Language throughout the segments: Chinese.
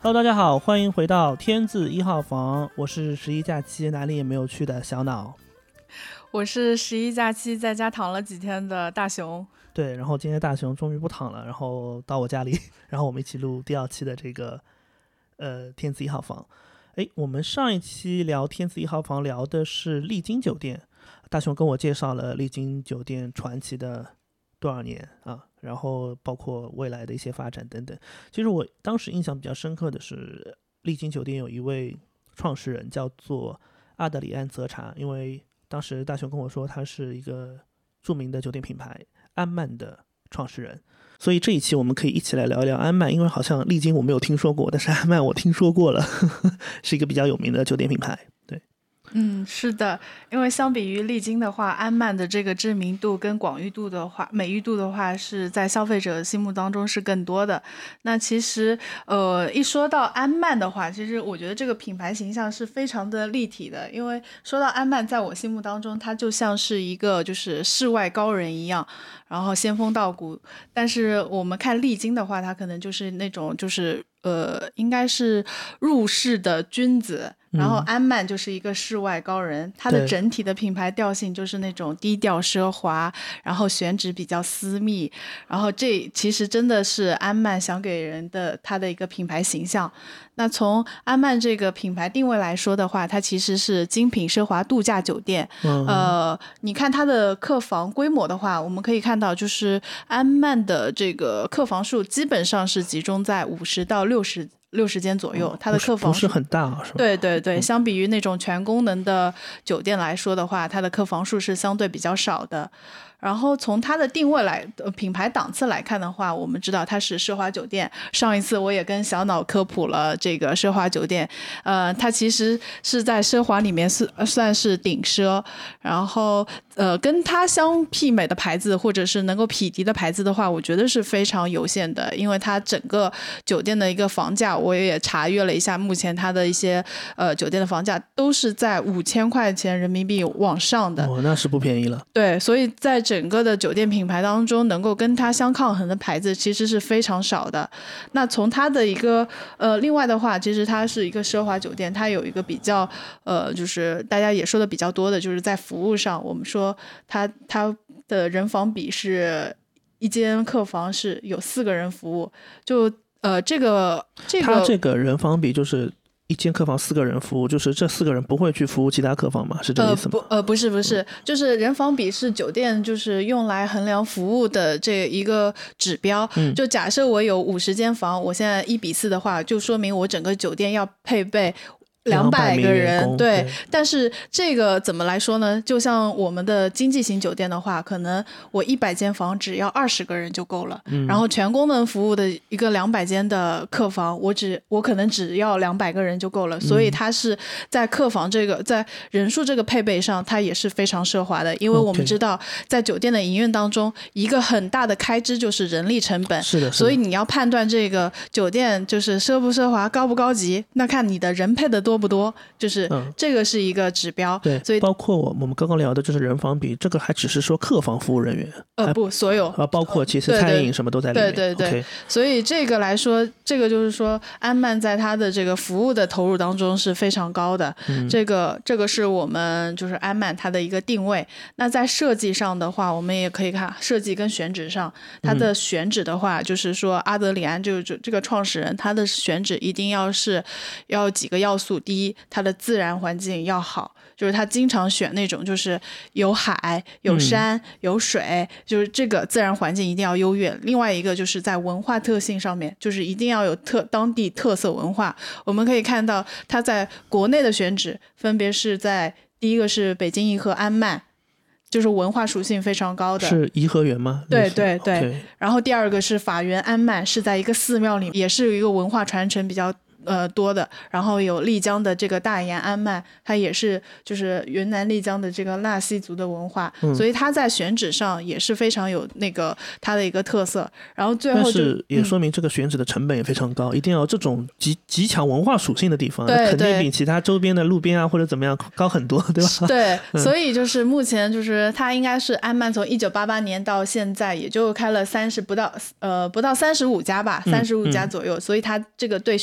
Hello， 大家好，欢迎回到天字1号房，我是11假期哪里也没有去的小脑， 我是11假期在家躺了几天的大熊。 对，然后今天大熊终于不躺了，然后到我家里，然后我们一起录第2期的这个天字1号房。我们上一期聊天字1号房聊的是丽晶酒店，大熊跟我介绍了丽晶酒店传奇的多少年啊，然后包括未来的一些发展等等。其实我当时印象比较深刻的是丽晶酒店有一位创始人叫做阿德里安·泽查，因为当时大雄跟我说他是一个著名的酒店品牌安曼的创始人，所以这一期我们可以一起来聊一聊安曼，因为好像丽晶我没有听说过，但是安曼我听说过了，是一个比较有名的酒店品牌。对， 是的，因为相比于丽晶的话，安曼的这个知名度跟广誉度的话，美誉度的话是在消费者心目当中是更多的。那其实一说到安曼的话，其实我觉得这个品牌形象是非常的立体的，因为说到安曼，在我心目当中它就像是一个就是世外高人一样，然后仙风道骨。但是我们看丽晶的话，它可能就是那种就是应该是入世的君子，然后安曼就是一个世外高人，它的整体的品牌调性就是那种低调奢华，然后选址比较私密，然后这其实真的是安曼想给人的它的一个品牌形象。那从安曼这个品牌定位来说的话，它其实是精品奢华度假酒店。你看它的客房规模的话，我们可以看到就是安曼的这个客房数基本上是集中在50到60间左右，它的客房不是很大，是吧？ 对对对，相比于那种全功能的酒店来说的话，它的客房数是相对比较少的。然后从它的定位来品牌档次来看的话，我们知道它是奢华酒店。上一次我也跟小脑科普了这个奢华酒店，它其实是在奢华里面算是顶奢，然后跟它相媲美的牌子或者是能够匹敌的牌子的话，我觉得是非常有限的，因为它整个酒店的一个房价我也查阅了一下，目前它的一些酒店的房价都是在5000块钱人民币往上的。 那是不便宜了。 对，所以在整个的酒店品牌当中，能够跟它相抗衡的牌子其实是非常少的。那从它的一个另外的话，其实它是一个奢华酒店，它有一个比较就是大家也说的比较多的，就是在服务上，我们说它的人房比是一间客房是有4个人服务，就它这个人房比就是一间客房4个人服务，就是这4个人不会去服务其他客房吗？是这个意思吗？ 不是，就是人房比是酒店就是用来衡量服务的这一个指标。就假设我有50间房，我现在1:4的话，就说明我整个酒店要配备200个人，对。但是这个怎么来说呢？就像我们的经济型酒店的话，可能我100间房只要20个人就够了，然后全功能服务的一个200间的客房，我可能只要200个人就够了。所以它是在客房这个在人数这个配备上，它也是非常奢华的。因为我们知道，在酒店的营运当中，一个很大的开支就是人力成本。 是的。 所以你要判断这个酒店就是奢不奢华、高不高级，那看你的人配的多不多，就是这个是一个指标。 对， 所以包括我们刚刚聊的就是人房比，这个还只是说客房服务人员， 不，所有包括其实餐饮什么都在里面。 对。Okay. 所以这个来说，这个就是说安曼在它的这个服务的投入当中是非常高的。这个是我们就是安曼它的一个定位。那在设计上的话，我们也可以看设计跟选址上，它的选址的话，就是说阿德里安就这个创始人，他的选址一定要几个要素。第一，它的自然环境要好，就是他经常选那种就是有海有山有水，就是这个自然环境一定要优越。另外一个就是在文化特性上面，就是一定要有当地特色文化。我们可以看到它在国内的选址分别是在第一个是北京颐和安曼，就是文化属性非常高的。 是颐和园吗？ 对。然后第二个是法源安曼，是在一个寺庙里，也是有一个文化传承比较多的。然后有丽江的这个大研安曼，它也是就是云南丽江的这个纳西族的文化，所以它在选址上也是非常有那个它的一个特色。然后最后但是也说明这个选址的成本也非常高，一定要有这种极强文化属性的地方， 对， 肯定比其他周边的路边啊或者怎么样高很多，对吧？ 对，所以就是目前就是它应该是安曼从1988年到现在也就开了不到35家吧，35家左右，所以它这个对选址的要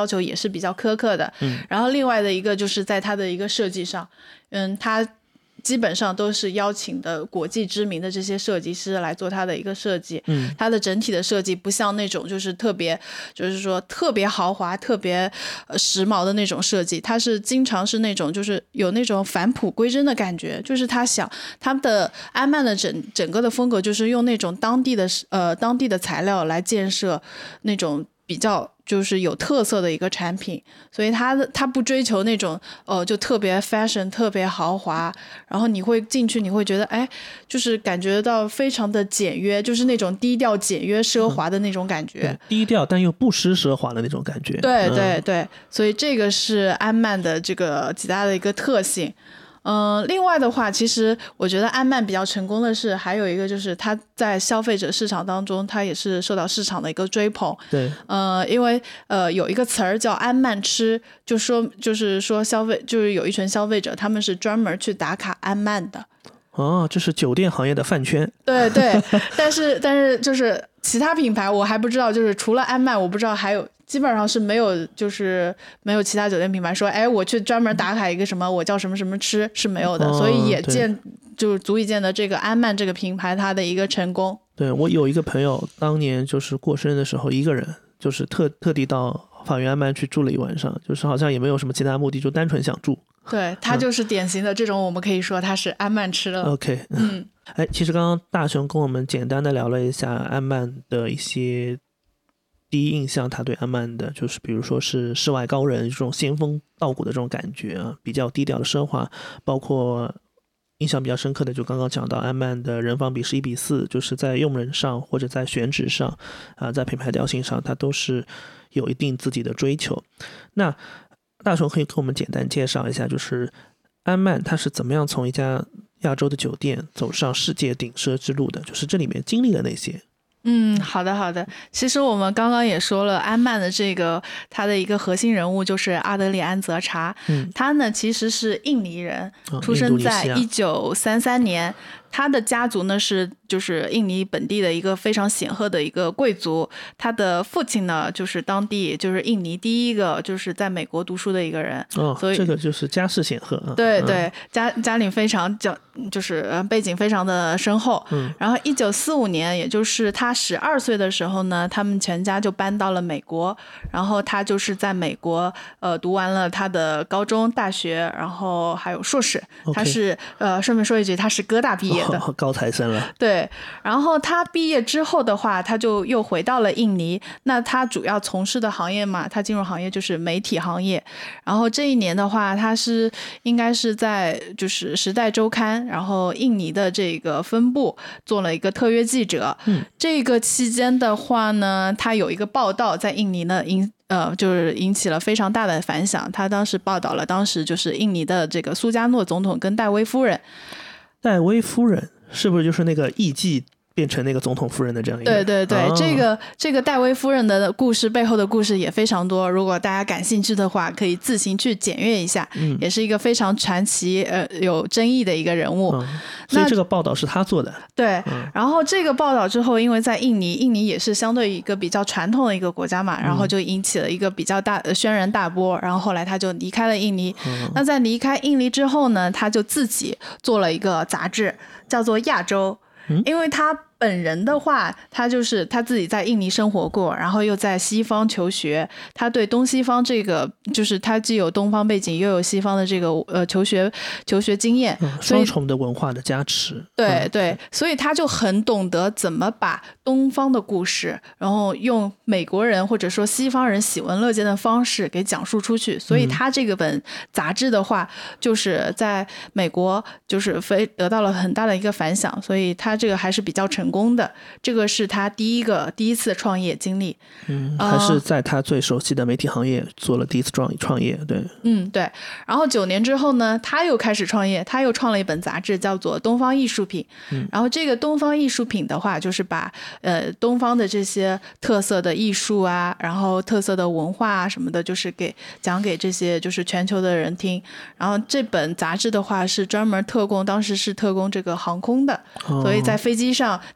要求也是比较苛刻的。然后另外的一个就是在它的一个设计上，它基本上都是邀请的国际知名的这些设计师来做它的一个设计。它的整体的设计不像那种就是特别豪华特别时髦的那种设计，它是经常是那种就是有那种返璞归真的感觉，就是他的安曼的整个的风格就是用那种当地的材料来建设那种比较就是有特色的一个产品，所以他不追求那种就特别 fashion 特别豪华，然后你会进去你会觉得就是感觉到非常的简约，就是那种低调简约奢华的那种感觉， 低调但又不失奢华的那种感觉。 对对对，所以这个是安曼的这个极大的一个特性。另外的话，其实我觉得安曼比较成功的是，还有一个就是它在消费者市场当中，它也是受到市场的一个追捧。 对， 因为有一个词儿叫安曼吃，就是说就是有一群消费者，他们是专门去打卡安曼的。 这是酒店行业的饭圈。 对对，但是就是其他品牌我还不知道，就是除了安曼，我不知道还有。基本上是没有，就是没有其他酒店品牌说，我去专门打卡一个什么，我叫什么什么吃是没有的，所以也就是足以见得这个安曼这个品牌它的一个成功。 对，我有一个朋友，当年就是过生日的时候，一个人就是特地到法源安曼去住了一晚上，就是好像也没有什么其他目的，就单纯想住。 对，他就是典型的这种，我们可以说他是安曼吃了。 OK， 其实刚刚大雄跟我们简单的聊了一下安曼的一些第一印象，他对安曼的就是比如说是世外高人这种仙风道骨的这种感觉啊，比较低调的奢华，包括印象比较深刻的就刚刚讲到安曼的人房比是1:4，就是在用人上或者在选址上在品牌调性上它都是有一定自己的追求。那大雄可以跟我们简单介绍一下，就是安曼它是怎么样从一家亚洲的酒店走上世界顶奢之路的，就是这里面经历了那些。 好的。其实我们刚刚也说了，安曼的这个他的一个核心人物就是阿德里安·泽查，他呢其实是印尼人，出生在1933年。他的家族呢就是印尼本地的一个非常显赫的一个贵族，他的父亲呢就是当地就是印尼第一个就是在美国读书的一个人。所以这个就是家世显赫。 对对，家里非常就是背景非常的深厚。然后1945年也就是他12岁的时候呢，他们全家就搬到了美国，然后他就是在美国读完了他的高中大学，然后还有硕士。他是顺便说一句，他是哥大毕业的， 高材生了。 对，然后他毕业之后的话，他就又回到了印尼。那他主要从事的行业嘛，他进入行业就是媒体行业。然后这一年的话，他应该是在就是《时代周刊》，然后印尼的这个分部做了一个特约记者。这个期间的话呢，他有一个报道在印尼呢就是引起了非常大的反响。他当时报道了当时就是印尼的这个苏加诺总统跟戴维夫人。 戴维夫人是不是就是那个艺妓变成那个总统夫人的这样一个？ 对，这个戴维夫人的故事背后的故事也非常多，如果大家感兴趣的话，可以自行去检阅一下。也是一个非常传奇有争议的一个人物。 所以这个报道是他做的。 对，然后这个报道之后，因为在印尼也是相对一个比较传统的一个国家嘛，然后就引起了一个比较大的轩然大波，然后后来他就离开了印尼。那在离开印尼之后呢，他就自己做了一个杂志，叫做《亚洲》。因为他本人的话，他就是他自己在印尼生活过，然后又在西方求学，他对东西方这个就是他既有东方背景又有西方的这个求学经验， 双重的文化的加持。 对对，所以他就很懂得怎么把东方的故事，然后用美国人或者说西方人喜闻乐见的方式给讲述出去。所以他这个本杂志的话，就是在美国就是得到了很大的一个反响，所以他这个还是比较成功的。这个是他第一次创业经历。 还是在他最熟悉的媒体行业做了第一次创业。对， 对。然后9年之后呢，他又开始创业，他又创了一本杂志叫做《东方艺术品》。然后这个东方艺术品的话，就是把东方的这些特色的艺术啊，然后特色的文化啊什么的，就是讲给这些就是全球的人听。然后这本杂志的话是专门当时是特供这个航空的。所以在飞机上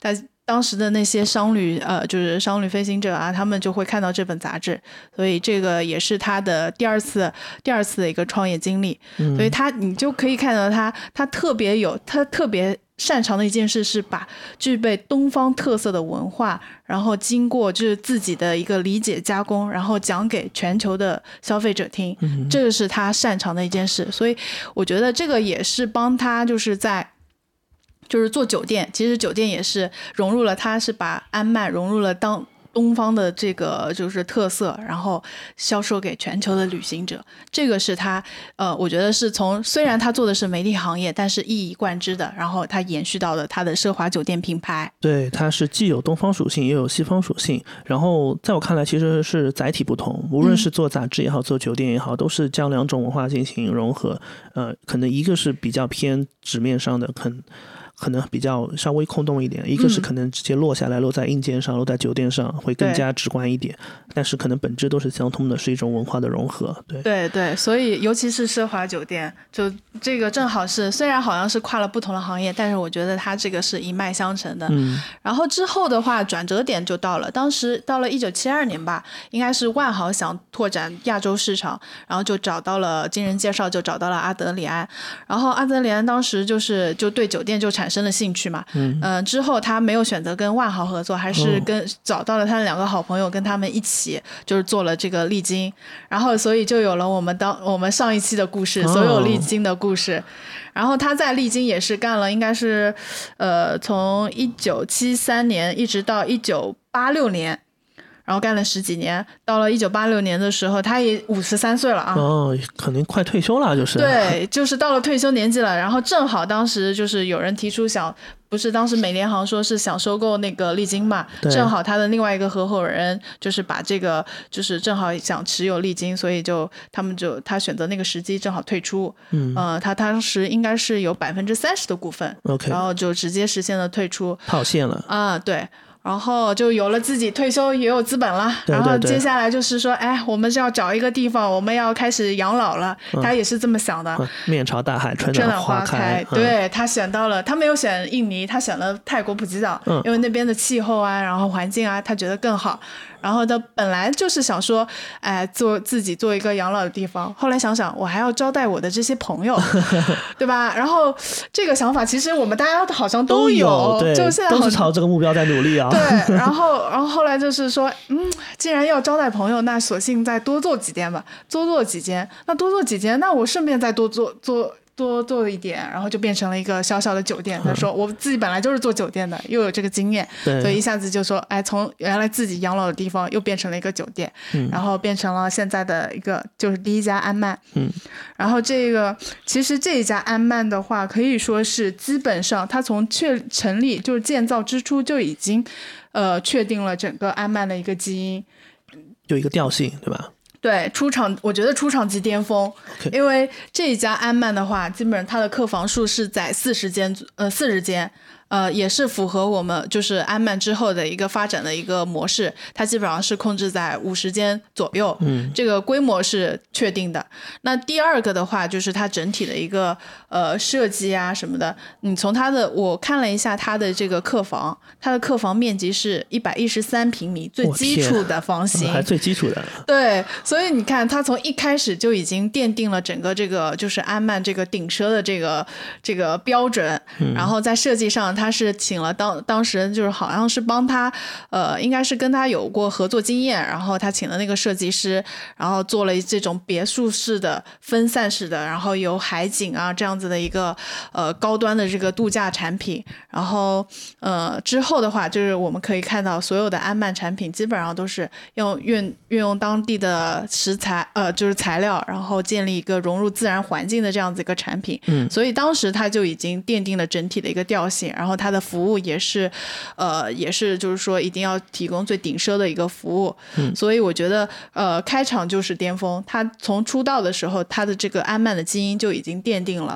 当时的那些就是商旅飞行者啊，他们就会看到这本杂志，所以这个也是他的第二次的一个创业经历。所以你就可以看到他特别擅长的一件事是把具备东方特色的文化，然后经过就是自己的一个理解加工，然后讲给全球的消费者听，这个是他擅长的一件事。所以我觉得这个也是帮他就是做酒店，其实酒店也是融入了，他是把安曼融入了东方的这个就是特色，然后销售给全球的旅行者。这个是他我觉得是虽然他做的是媒体行业，但是一以贯之的，然后他延续到了他的奢华酒店品牌。 对，它是既有东方属性也有西方属性，然后在我看来其实是载体不同，无论是做杂志也好，做酒店也好，都是将两种文化进行融合。可能一个是比较偏纸面上的，可能比较稍微空洞一点，一个是可能直接落下来，落在硬件上，落在酒店上，会更加直观一点。但是可能本质都是相通的，是一种文化的融合。 对，所以尤其是奢华酒店，就这个正好是，虽然好像是跨了不同的行业，但是我觉得它这个是一脉相承的。然后之后的话，转折点就到了，当时到了1972年吧，应该是万豪想拓展亚洲市场，然后就找到了经人介绍，就找到了阿德里安。然后阿德里安当时就对酒店就产生了兴趣嘛。之后他没有选择跟万豪合作，还是找到了他的两个好朋友，跟他们一起就是做了这个丽晶。然后所以就有了我们上一期的故事，所有丽晶的故事。然后他在丽晶也是干了，应该是从1973年一直到1986年，然后干了10几年。到了1986年的时候，他也53岁了啊。 可能快退休了，就是。 对，就是到了退休年纪了。然后正好当时就是有人提出不是当时美联航说是想收购那个丽晶嘛，正好他的另外一个合伙人就是把这个就是正好想持有丽晶，所以他选择那个时机正好退出。他当时应该是有30%的股份，然后就直接实现了退出， 套现了。 对。然后就有了自己退休也有资本了。然后接下来就是说，我们是要找一个地方，我们要开始养老了。他也是这么想的。 面朝大海，春暖花开。 对，他没有选印尼，他选了泰国普吉岛，因为那边的气候啊，然后环境啊，他觉得更好。然后他本来就是想说，自己做一个养老的地方。后来想想，我还要招待我的这些朋友，对吧？然后这个想法其实我们大家好像都有，就现在都是朝这个目标在努力啊。 对，然后后来就是说，既然要招待朋友，那索性再多做几间吧，多做几间。那我顺便再多做一点，然后就变成了一个小小的酒店。他说我自己本来就是做酒店的，又有这个经验，所以一下子就说，从原来自己养老的地方又变成了一个酒店，然后变成了现在的一个就是第一家安曼。然后其实这一家安曼的话，可以说是基本上它从成立就是建造之初就已经确定了整个安曼的一个基因， 有一个调性，对吧？ 对，我觉得出场即巅峰。因为这一家安曼的话，基本上它的客房数是在40间，也是符合我们就是安曼之后的一个发展的一个模式，它基本上是控制在50间左右，这个规模是确定的。那第二个的话，就是它整体的一个设计啊什么的，你从我看了一下它的这个客房，它的客房面积是113平米，最基础的房型， 还最基础的。 对，所以你看，它从一开始就已经奠定了整个这个就是安曼这个顶奢的这个标准，然后在设计上，他是请了当时就是好像是帮他应该是跟他有过合作经验，然后他请了那个设计师，然后做了这种别墅式的分散式的，然后有海景啊这样子的一个高端的这个度假产品。然后之后的话，就是我们可以看到所有的安曼产品基本上都是运用当地的食材就是材料，然后建立一个融入自然环境的这样子一个产品。所以当时他就已经奠定了整体的一个调性，然后他的服务也是就是说一定要提供最顶奢的一个服务。所以我觉得开场就是巅峰，他从出道的时候他的这个安曼的基因就已经奠定了。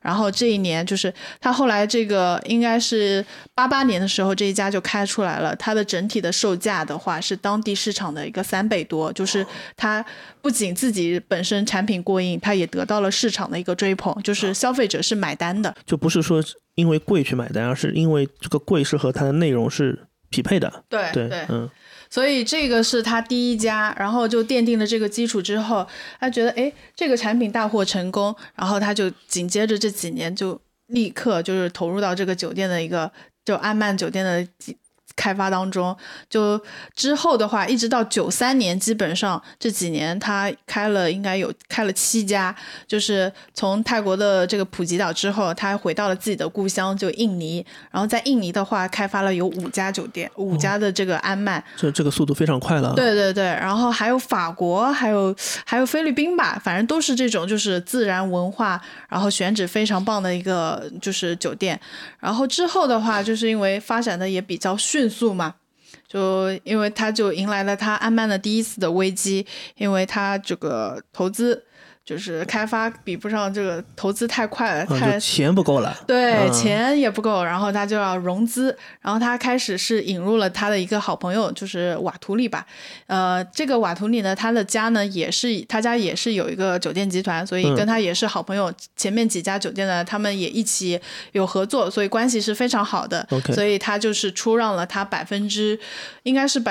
然后这一年就是他后来这个应该是88年的时候这一家就开出来了，它的整体的售价的话是当地市场的一个3倍多，就是它不仅自己本身产品过硬，它也得到了市场的一个追捧，就是消费者是买单的， 就不是说因为贵去买单，而是因为这个贵是和它的内容是匹配的。 对对， 所以这个是他第一家，然后就奠定了这个基础之后，他觉得这个产品大获成功，然后他就紧接着这几年就立刻就是投入到这个酒店的一个就安曼酒店的开发当中。就之后的话一直到93年，基本上这几年他应该有开了7家，就是从泰国的这个普吉岛之后，他回到了自己的故乡就印尼，然后在印尼的话开发了有5家酒店，5家的这个安曼， 这个速度非常快了。 对对对，然后还有法国，还有菲律宾吧，反正都是这种就是自然文化，然后选址非常棒的一个就是酒店。然后之后的话就是因为发展的也比较迅速嘛，就因为他就迎来了他安曼的第一次的危机，因为他这个投资就是开发比不上这个投资太快了， 就钱不够了。 对，钱也不够，然后他就要融资，然后他开始是引入了他的一个好朋友，就是瓦图里吧。这个瓦图里呢，他家也是有一个酒店集团，所以跟他也是好朋友。前面几家酒店呢，他们也一起有合作，所以关系是非常好的。所以他就是出让了他应该是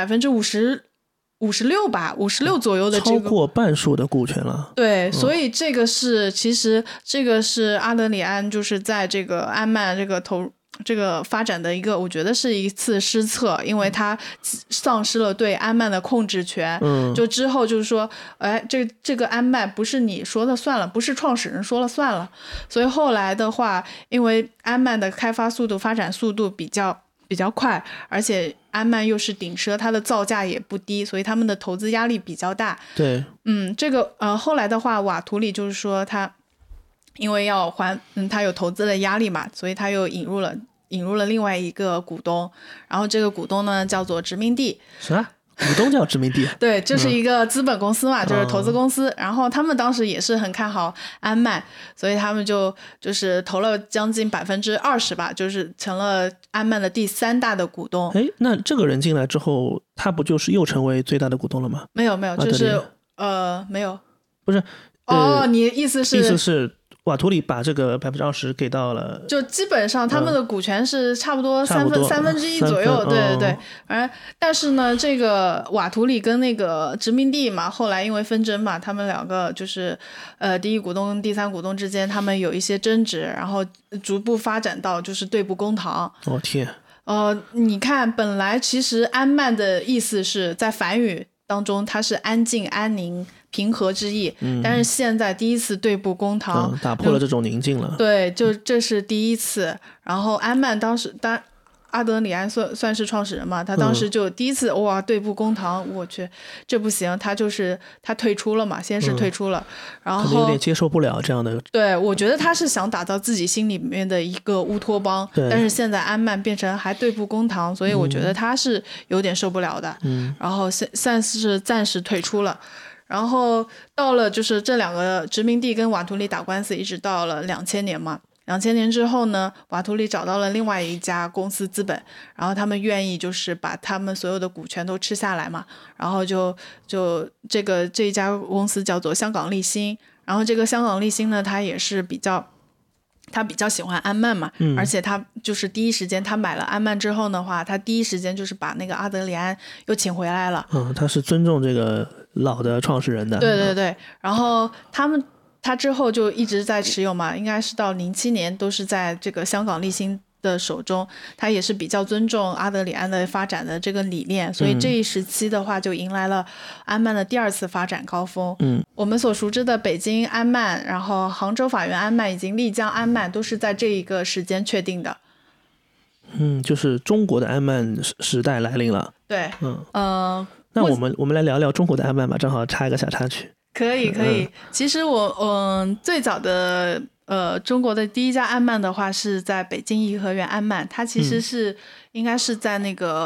56吧，56左右的这个， 超过半数的股权了。 对，所以其实这个是阿德里安就是在这个安曼这个发展的一个，我觉得是一次失策，因为他丧失了对安曼的控制权。就之后就是说，这个安曼不是你说了算了，不是创始人说了算了。所以后来的话，因为安曼的开发速度、发展速度比较快，而且安曼又是顶奢，它的造价也不低，所以他们的投资压力比较大。 对， 这个后来的话，瓦图里就是说他因为要还他有投资的压力嘛，所以他又引入了另外一个股东，然后这个股东呢叫做殖民地。 啥？股东叫殖民地？ 对，这是一个资本公司嘛，就是投资公司。然后他们当时也是很看好安曼，所以他们就是投了将近20%吧，就是成了安曼的第3大的股东。 那这个人进来之后，他不就是又成为最大的股东了吗？ 没有，就是没有， 不是。 你的意思是瓦图里把这个20%给到了， 就基本上他们的股权是差不多三分之一左右，对。但是呢，这个瓦图里跟那个殖民地嘛，后来因为纷争嘛，他们两个就是第一股东跟第3股东之间他们有一些争执，然后逐步发展到就是对簿公堂。 天。 你看，本来其实安曼的意思是在梵语当中它是安静、安宁、平和之意，但是现在第一次对簿公堂， 打破了这种宁静了。 对，就这是第一次。然后安曼阿德里安算是创始人嘛，他当时就第一次对簿公堂，我去，这不行，他退出了嘛，先是退出了，然后可能有点接受不了这样的。 对，我觉得他是想打造自己心里面的一个乌托邦，但是现在安曼变成还对簿公堂，所以我觉得他是有点受不了的，然后算是暂时退出了。然后到了就是这两个殖民地跟瓦图里打官司，一直到了2000年嘛。2000年之后呢，瓦图里找到了另外一家公司资本，然后他们愿意就是把他们所有的股权都吃下来嘛，然后就这一家公司叫做香港丽星，然后这个香港丽星呢，他比较喜欢安曼嘛，而且他就是第一时间他买了安曼之后的话，他第一时间就是把那个阿德里安又请回来了。 他是尊重这个老的创始人的。 对，然后他之后就一直在持有嘛，应该是到07年都是在这个香港丽星的手中，他也是比较尊重阿德里安的发展的这个理念，所以这一时期的话就迎来了安曼的第2次发展高峰。我们所熟知的北京安曼，然后杭州法源安曼以及丽江安曼都是在这一个时间确定的。 就是中国的安曼时代来临了。 对， 那我们来聊聊中国的安曼吧，正好插一个小插曲。 可以。其实我最早的中国的第一家安曼的话是在北京颐和园安曼，它其实是应该是在那个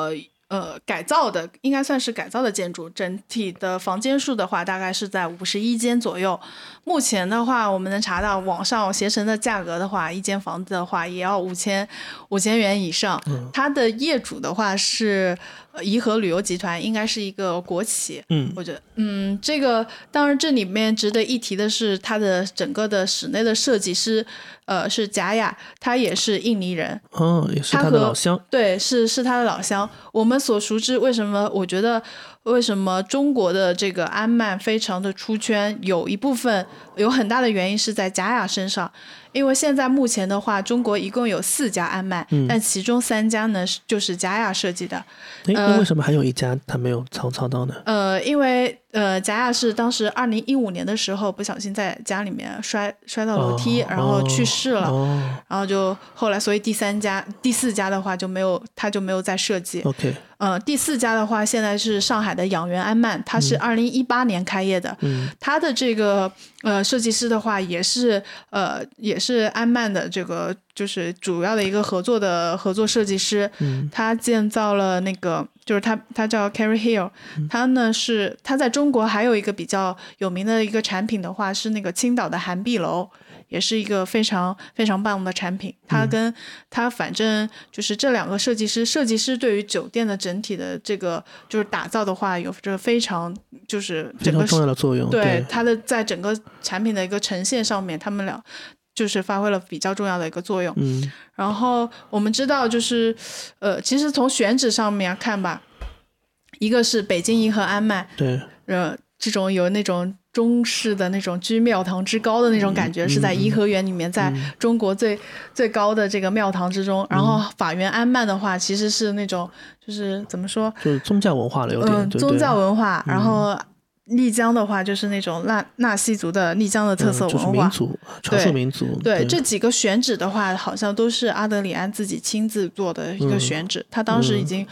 改造的，应该算是改造的建筑，整体的房间数的话大概是在51间左右。目前的话我们能查到网上携程的价格的话，一间房子的话也要5000元以上。它的业主的话是颐和旅游集团，应该是一个国企。我觉得这个当然这里面值得一提的是它的整个的室内的设计师是贾雅，他也是印尼人。 也是他的老乡。 对，是他的老乡。我们所熟知，我觉得为什么中国的这个安曼非常的出圈，有很大的原因是在贾雅身上。因为现在目前的话，中国一共有4家安曼，但其中3家呢就是贾雅设计的。 那为什么还有一家他没有操到呢？ 因为贾雅是当时2015年的时候不小心在家里面摔到楼梯，然后去世了。然后就后来，所以第4家的话他就没有再设计。 OK。 第4家的话现在是上海的养元安曼，它是2018年开业的。它的这个设计师的话也是安曼的这个就是主要的一个合作设计师。他建造了那个就是他叫 Carrie Hill。他在中国还有一个比较有名的一个产品的话是那个青岛的涵碧楼，也是一个非常非常棒的产品。他反正就是这2个设计师对于酒店的整体的这个就是打造的话有着非常重要的作用。 对，他的在整个产品的一个呈现上面，他们俩就是发挥了比较重要的一个作用。然后我们知道就是其实从选址上面看吧，一个是北京颐和安曼， 对， 这种有那种中式的那种居庙堂之高的那种感觉，是在颐和园里面，在中国最高的这个庙堂之中。然后法源安曼的话其实是那种就是怎么说， 就是宗教文化了有点。 宗教文化。然后丽江的话就是那种纳西族的丽江的特色文化， 就是民族少数民族。 对，这几个选址的话好像都是阿德里安自己亲自做的一个选址。他当时已经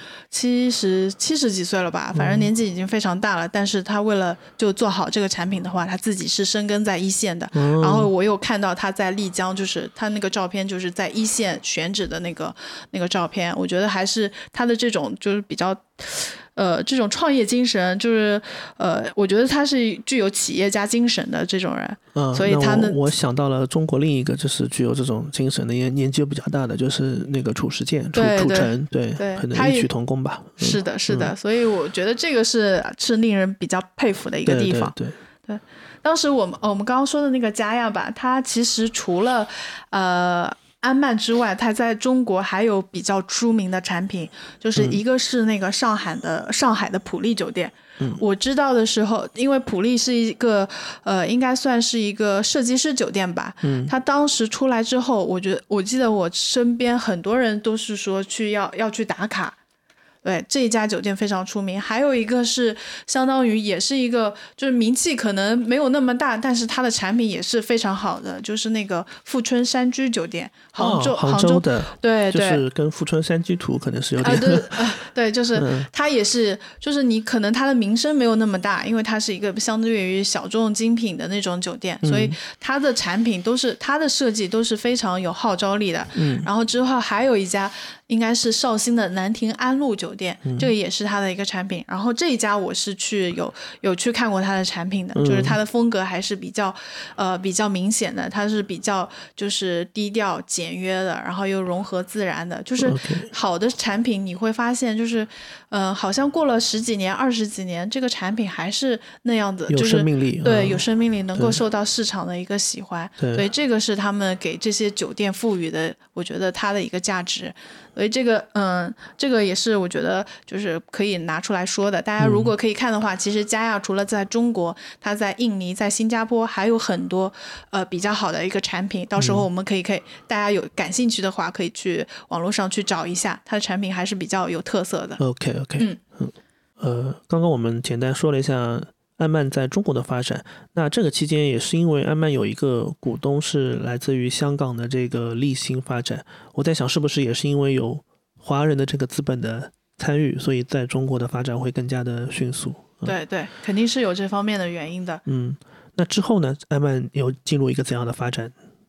70几岁了吧，反正年纪已经非常大了。但是他为了就做好这个产品的话，他自己是深耕在一线的。然后我有看到他在丽江，就是他那个照片就是在一线选址的那个照片。我觉得还是他的这种就是比较这种创业精神，就是我觉得他是具有企业家精神的这种人。所以我想到了中国另一个就是具有这种精神的年纪又比较大的，就是那个褚时健、褚橙。对，可能异曲同工吧。 是的，所以我觉得这个是令人比较佩服的一个地方。 对。 当时我们刚刚说的那个嘉亚吧，它其实除了安曼之外，它在中国还有比较出名的产品，就是一个是那个上海的普利酒店。我知道的时候，因为普利是一个应该算是一个设计师酒店吧。它当时出来之后，我记得我身边很多人都是说要去打卡。对，这一家酒店非常出名。还有一个是相当于也是一个就是名气可能没有那么大，但是它的产品也是非常好的，就是那个富春山居酒店，杭州的。对，就是跟富春山居图可能是有点对，就是它也是就是你可能它的名声没有那么大，因为它是一个相对于小众精品的那种酒店，所以它的产品它的设计都是非常有号召力的。然后之后还有一家应该是绍兴的南亭安陆酒店，这个也是它的一个产品。然后这一家我是有去看过它的产品的，就是它的风格还是比较明显的，它是比较就是低调简约的，然后又融合自然的，就是好的产品你会发现就是好像过了10几年20几年，这个产品还是那样子， 有生命力。 对，有生命力，能够受到市场的一个喜欢。所以这个是他们给这些酒店赋予的，我觉得它的一个价值。所以这个也是我觉得就是可以拿出来说的。大家如果可以看的话，其实嘉亚除了在中国，它在印尼、在新加坡还有很多比较好的一个产品。到时候我们可以大家有感兴趣的话，可以去网络上去找一下，它的产品还是比较有特色的。 OK。刚刚我们简单说了一下安曼在中国的发展，那这个期间也是因为安曼有一个股东是来自于香港的这个立新发展，我在想是不是也是因为有华人的这个资本的参与，所以在中国的发展会更加的迅速。 对，肯定是有这方面的原因的。 那之后呢，安曼有进入一个怎样的发展？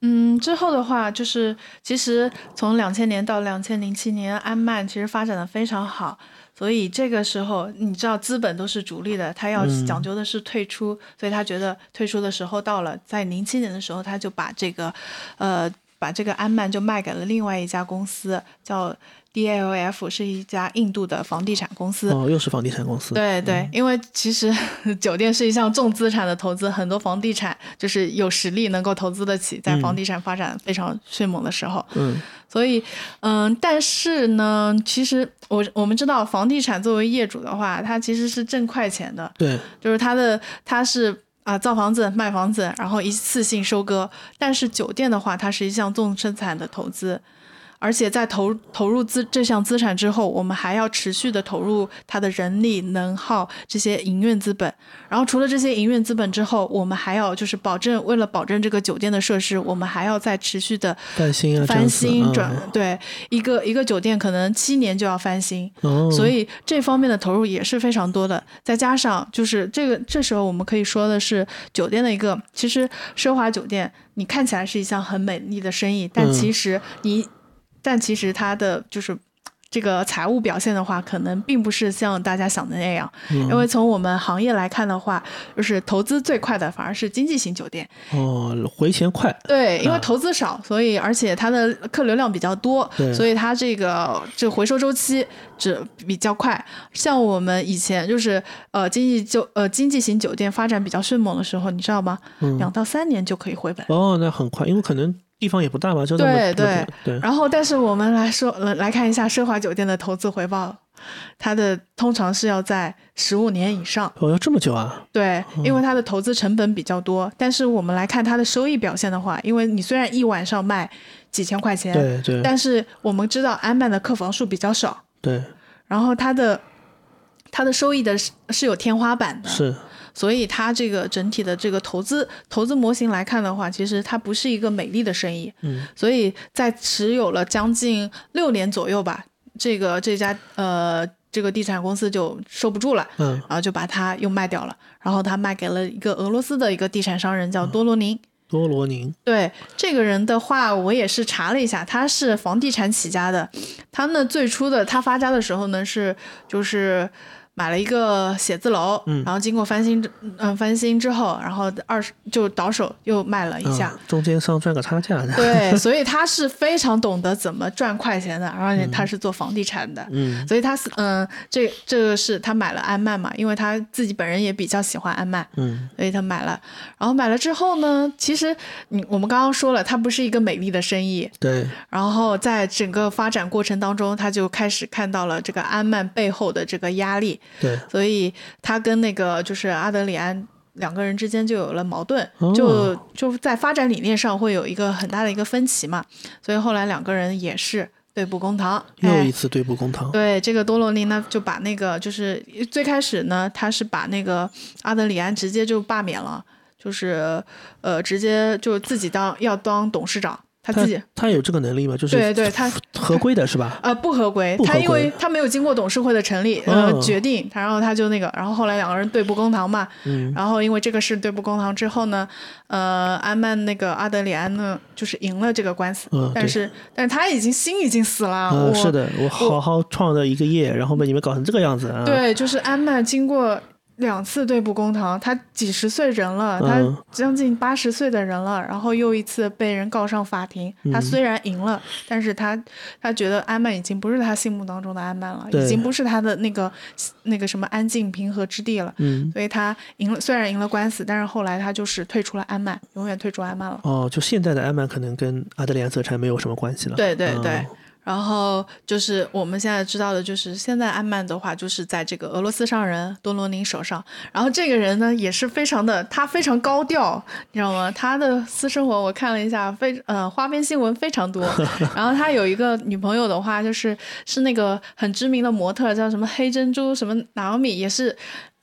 之后的话就是其实从2000年到2007年，安曼其实发展的非常好，所以这个时候你知道资本都是逐利的，他要讲究的是退出，所以他觉得退出的时候到了，在07年的时候他就把这个安曼就卖给了另外一家公司，叫DLF， 是一家印度的房地产公司。 又是房地产公司。 对对，因为其实酒店是一项重资产的投资，很多房地产就是有实力能够投资得起，在房地产发展非常迅猛的时候。所以但是呢，其实我们知道房地产作为业主的话，它其实是挣快钱的。 对， 就是它是造房子卖房子，然后一次性收割。但是酒店的话，它是一项重资产的投资，而且在投入这项资产之后，我们还要持续的投入它的人力能耗这些营运资本。然后除了这些营运资本之后，我们还要就是为了保证这个酒店的设施，我们还要再持续的翻新对，一个酒店可能7年就要翻新。所以这方面的投入也是非常多的。再加上就是这时候我们可以说的是酒店的一个，其实奢华酒店你看起来是一项很美丽的生意，但其实它的就是这个财务表现的话，可能并不是像大家想的那样。因为从我们行业来看的话，就是投资最快的反而是经济型酒店。 回钱快。 对，因为投资少，所以而且它的客流量比较多，所以它这回收周期比较快。像我们以前就是经济型酒店发展比较迅猛的时候，你知道吗？2到3年就可以回本。 那很快，因为可能地方也不大嘛，就那么对。然后，但是我们来看一下奢华酒店的投资回报，它的通常是要在15年以上。 要这么久啊？ 对，因为它的投资成本比较多。但是我们来看它的收益表现的话，因为你虽然一晚上卖几千块钱， 对， 但是我们知道安曼的客房数比较少， 对， 然后它的收益的是有天花板的， 是。 所以它这个整体的这个投资模型来看的话，其实它不是一个美丽的生意。所以在持有了将近6年左右吧，这家这个地产公司就受不住了，然后就把它又卖掉了，然后他卖给了一个俄罗斯的一个地产商人，叫多罗宁。对，这个人的话我也是查了一下，他是房地产起家的。他呢最初他发家的时候呢就是买了一个写字楼，然后经过翻新之后，然后就倒手又卖了一下， 中间商赚个差价的。 对，所以他是非常懂得怎么赚快钱的，而且他是做房地产的，所以他这个是他买了安曼嘛，因为他自己本人也比较喜欢安曼，所以他买了。然后买了之后呢，其实我们刚刚说了，它不是一个美丽的生意， 对。 然后在整个发展过程当中，他就开始看到了这个安曼背后的这个压力。 对， 所以他跟那个就是阿德里安2个人之间就有了矛盾，就在发展理念上会有一个很大的一个分歧嘛，所以后来2个人也是对簿公堂， 又一次对簿公堂。对， 这个多罗尼呢就把那个就是最开始呢，他是把那个阿德里安直接就罢免了，就是直接就自己要当董事长。 他有这个能力吗？就是对，他合规的是吧？ 不合规，他因为他没有经过董事会的成立决定，然后他就然后后来2个人对簿公堂嘛，然后因为这个事对簿公堂之后呢，安曼那个阿德里安呢就是赢了这个官司，但是他心已经死了。 是的，我好好创的一个业，然后被你们搞成这个样子啊！ 对，就是安曼经过2次对簿公堂，他几十岁人了，他将近80岁的人了，然后又一次被人告上法庭。他虽然赢了，但是他觉得安曼已经不是他心目当中的安曼了，已经不是他的那个什么安静平和之地了。所以他虽然赢了官司，但是后来他就是退出了安曼，永远退出安曼了。 就现在的安曼可能跟阿德里安泽产没有什么关系了。 对。然后就是我们现在知道的，就是现在安曼的话，就是在这个俄罗斯商人多罗宁手上。然后这个人呢，也是他非常高调，你知道吗？他的私生活我看了一下，花边新闻非常多。然后他有一个女朋友的话，是那个很知名的模特，叫什么黑珍珠什么拿奥米，也是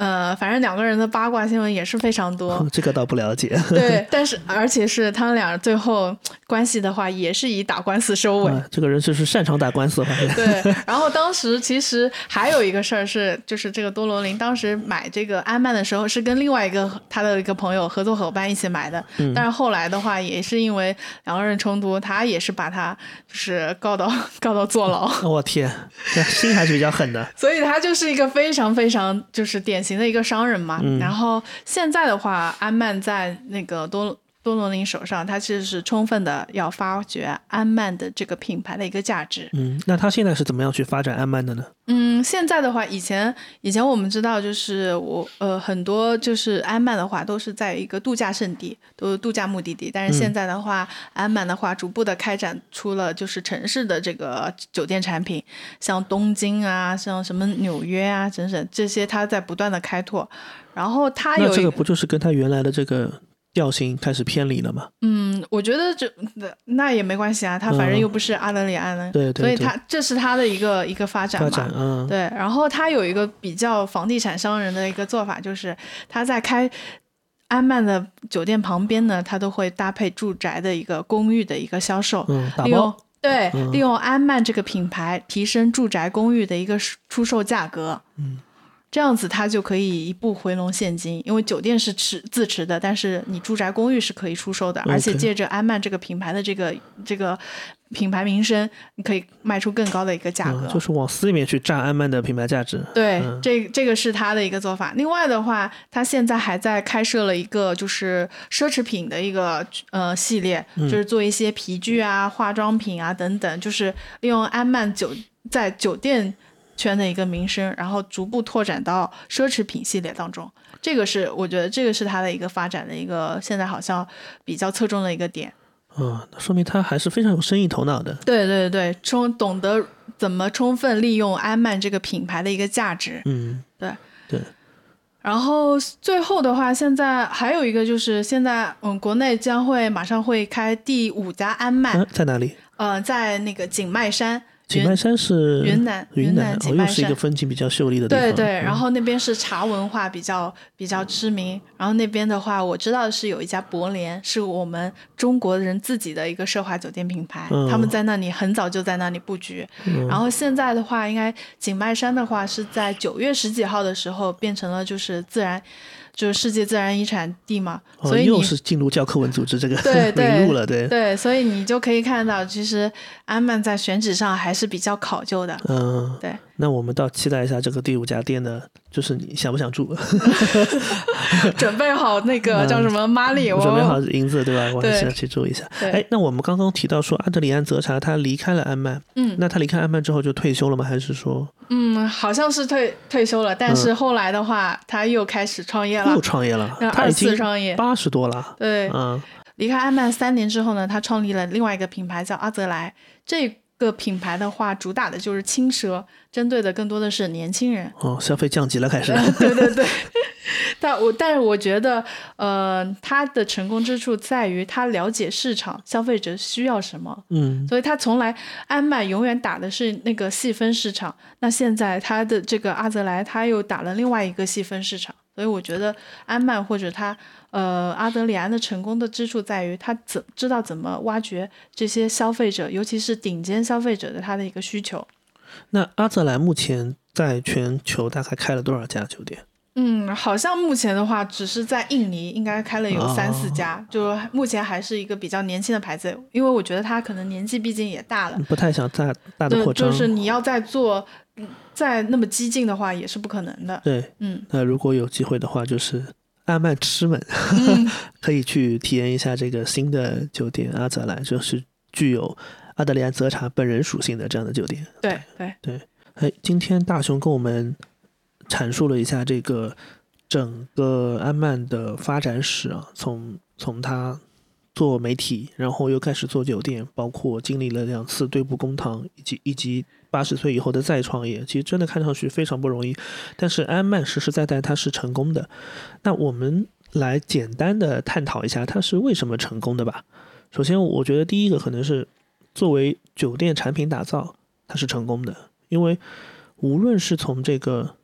反正两个人的八卦新闻也是非常多。 这个倒不了解。 对，但是而且是他们俩最后关系的话，也是以打官司收尾。 这个人就是擅长打官司。 对，然后当时其实还有一个事儿是，就是这个多罗琳当时买这个安曼的时候，是跟另外一个他的一个朋友合作伙伴一起买的。但是后来的话，也是因为两个人冲突，他也是把他就是告到坐牢。 我天，这心还是比较狠的。 所以他就是一个非常非常就是典型的一个商人嘛。然后现在的话，安曼在那个多罗琳手上，他其实是充分的要发掘安曼的这个品牌的一个价值。 那他现在是怎么样去发展安曼的呢？ 现在的话，以前我们知道，就是很多就是安曼的话都是在一个度假胜地，都是度假目的地。但是现在的话，安曼的话逐步的开展出了就是城市的这个酒店产品，像东京啊，像什么纽约啊等等这些，它在不断的开拓。然后它有那这个不就是跟他原来的这个调性开始偏离了吗？ 我觉得那也没关系啊，他反正又不是阿德里安的。 对， 所以这是他的一个发展嘛。对，然后他有一个比较房地产商人的一个做法，就是他在开安曼的酒店旁边呢，他都会搭配住宅的一个公寓的一个销售， 打包。 利用安曼这个品牌提升住宅公寓的一个出售价格。这样子他就可以一步回笼现金，因为酒店是自持的，但是你住宅公寓是可以出售的，而且借着安曼这个品牌的这个品牌名声，你可以卖出更高的一个价格。 就是往死里面去榨安曼的品牌价值。 对，这个是他的一个做法。另外的话，他现在还在开设了一个就是奢侈品的一个系列，就是做一些皮具啊、化妆品啊等等，就是利用安曼在酒店圈的一个名声，然后逐步拓展到奢侈品系列当中。我觉得这个是它的一个发展的一个现在好像比较侧重的一个点。 那说明他还是非常有生意头脑的。 对对对，懂得怎么充分利用安曼这个品牌的一个价值。对。然后最后的话，现在还有一个就是现在国内马上会开第5家安曼。 在哪里？ 在那个景迈山。 景迈山是云南景迈山， 又是一个风景比较秀丽的地方。 对，然后那边是茶文化比较知名。然后那边的话，我知道的是有一家博联，是我们中国人自己的一个奢华酒店品牌，他们在那里很早就在那里布局。然后现在的话，应该景迈山的话是在9月10几号的时候变成了就是世界自然遗产地嘛，所以又是进入教科文组织这个名录了。 对，所以你就可以看到，其实安曼在选址上还是比较考究的。对。 那我们倒期待一下这个第5家店的，就是你想不想住？ 准备好那个叫什么玛丽， 准备好银子对吧？我还是要去住一下。那我们刚刚提到说阿德里安泽查他离开了安曼，那他离开安曼之后就退休了吗？还是说？ 好像是退休了，但是后来的话，他又开始创业了。 又创业了， 他已经 80多了。 对，离开安曼3年之后呢，他创立了另外一个品牌叫阿泽莱。这个品牌的话，主打的就是轻奢，针对的更多的是年轻人。 消费降级了开始。 对。但是我觉得，他的成功之处在于他了解市场消费者需要什么。所以他从来安曼永远打的是那个细分市场。那现在他的这个阿泽莱，他又打了另外一个细分市场。所以我觉得安曼或者他阿德里安的成功的之处在于他知道怎么挖掘这些消费者，尤其是顶尖消费者的他的一个需求。 那阿泽莱目前在全球大概开了多少家酒店？ 好像目前的话只是在印尼应该开了有3-4家，就目前还是一个比较年轻的牌子，因为我觉得他可能年纪毕竟也大了， 不太想大的扩张。 就是你要再那么激进的话也是不可能的。 对，那如果有机会的话，就是安曼痴们可以去体验一下这个新的酒店阿泽莱，就是具有阿德里安泽查本人属性的这样的酒店。对。今天大雄跟我们阐述了一下这个整个安曼的发展史啊，从他做媒体，然后又开始做酒店，包括经历了2次对簿公堂，以及80岁以后的再创业，其实真的看上去非常不容易。但是安曼实实在在它是成功的。那我们来简单的探讨一下它是为什么成功的吧。首先我觉得第一个可能是作为酒店产品打造它是成功的，因为无论是从这个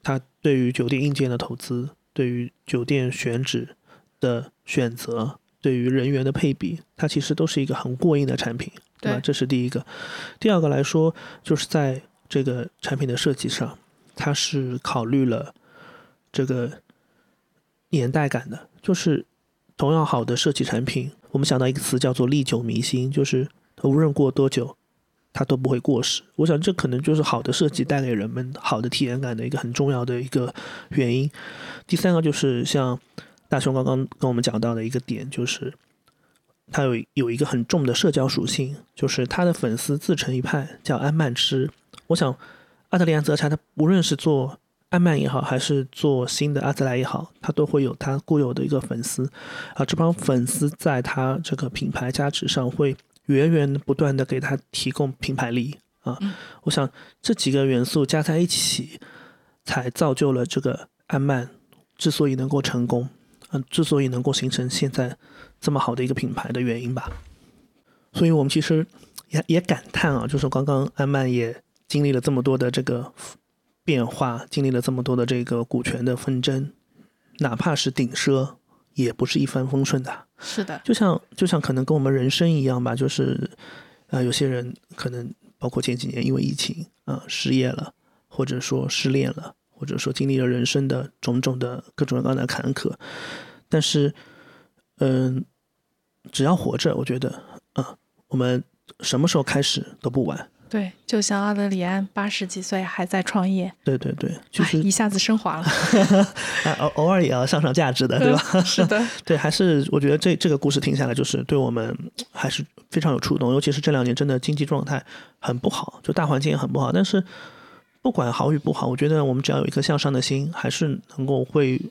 它对于酒店硬件的投资，对于酒店选址的选择，对于人员的配比，它其实都是一个很过硬的产品，对吧？这是第一个。第二个来说，就是在这个产品的设计上，它是考虑了这个年代感的，就是同样好的设计产品，我们想到一个词叫做历久弥新，就是无论过多久它都不会过时。我想这可能就是好的设计带给人们好的体验感的一个很重要的一个原因。第三个就是像大雄刚刚跟我们讲到的一个点，就是它有一个很重的社交属性，就是他的粉丝自成一派，叫安曼吃。我想阿德里安泽柴他无论是做安曼也好，还是做新的阿兹莱也好，他都会有他固有的一个粉丝啊，这帮粉丝在他这个品牌价值上会源源不断的给他提供品牌力啊。我想这几个元素加在一起，才造就了这个安曼之所以能够成功，之所以能够形成现在这么好的一个品牌的原因吧。所以我们其实也感叹啊，就是刚刚安曼也经历了这么多的这个变化，经历了这么多的这个股权的纷争，哪怕是顶奢也不是一帆风顺的。 是的， 就像可能跟我们人生一样吧，就是有些人可能包括前几年因为疫情失业了，或者说失恋了，或者说经历了人生的种种的各种各样的坎坷，但是只要活着，我觉得我们什么时候开始都不晚。 对，就像阿德里安80几岁还在创业， 对对对，就是一下子升华了偶尔也要上价值的，对吧？ 是的对，还是我觉得这个故事听下来，就是对我们还是非常有触动，尤其是这2年真的经济状态很不好，就大环境也很不好，但是不管好与不好，我觉得我们只要有一颗向上的心，还是能够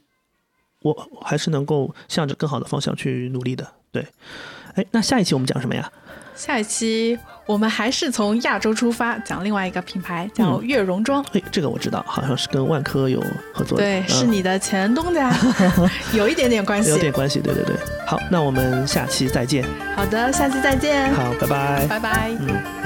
向着更好的方向去努力的。对，那下一期我们讲什么呀？ 下一期我们还是从亚洲出发，讲另外一个品牌叫悦榕庄。 这个我知道，好像是跟万科有合作的。 对，是你的前东家有一点点关系。 有点关系，对对对。好，那我们下期再见。 好的，下期再见。 好，拜拜。 拜拜。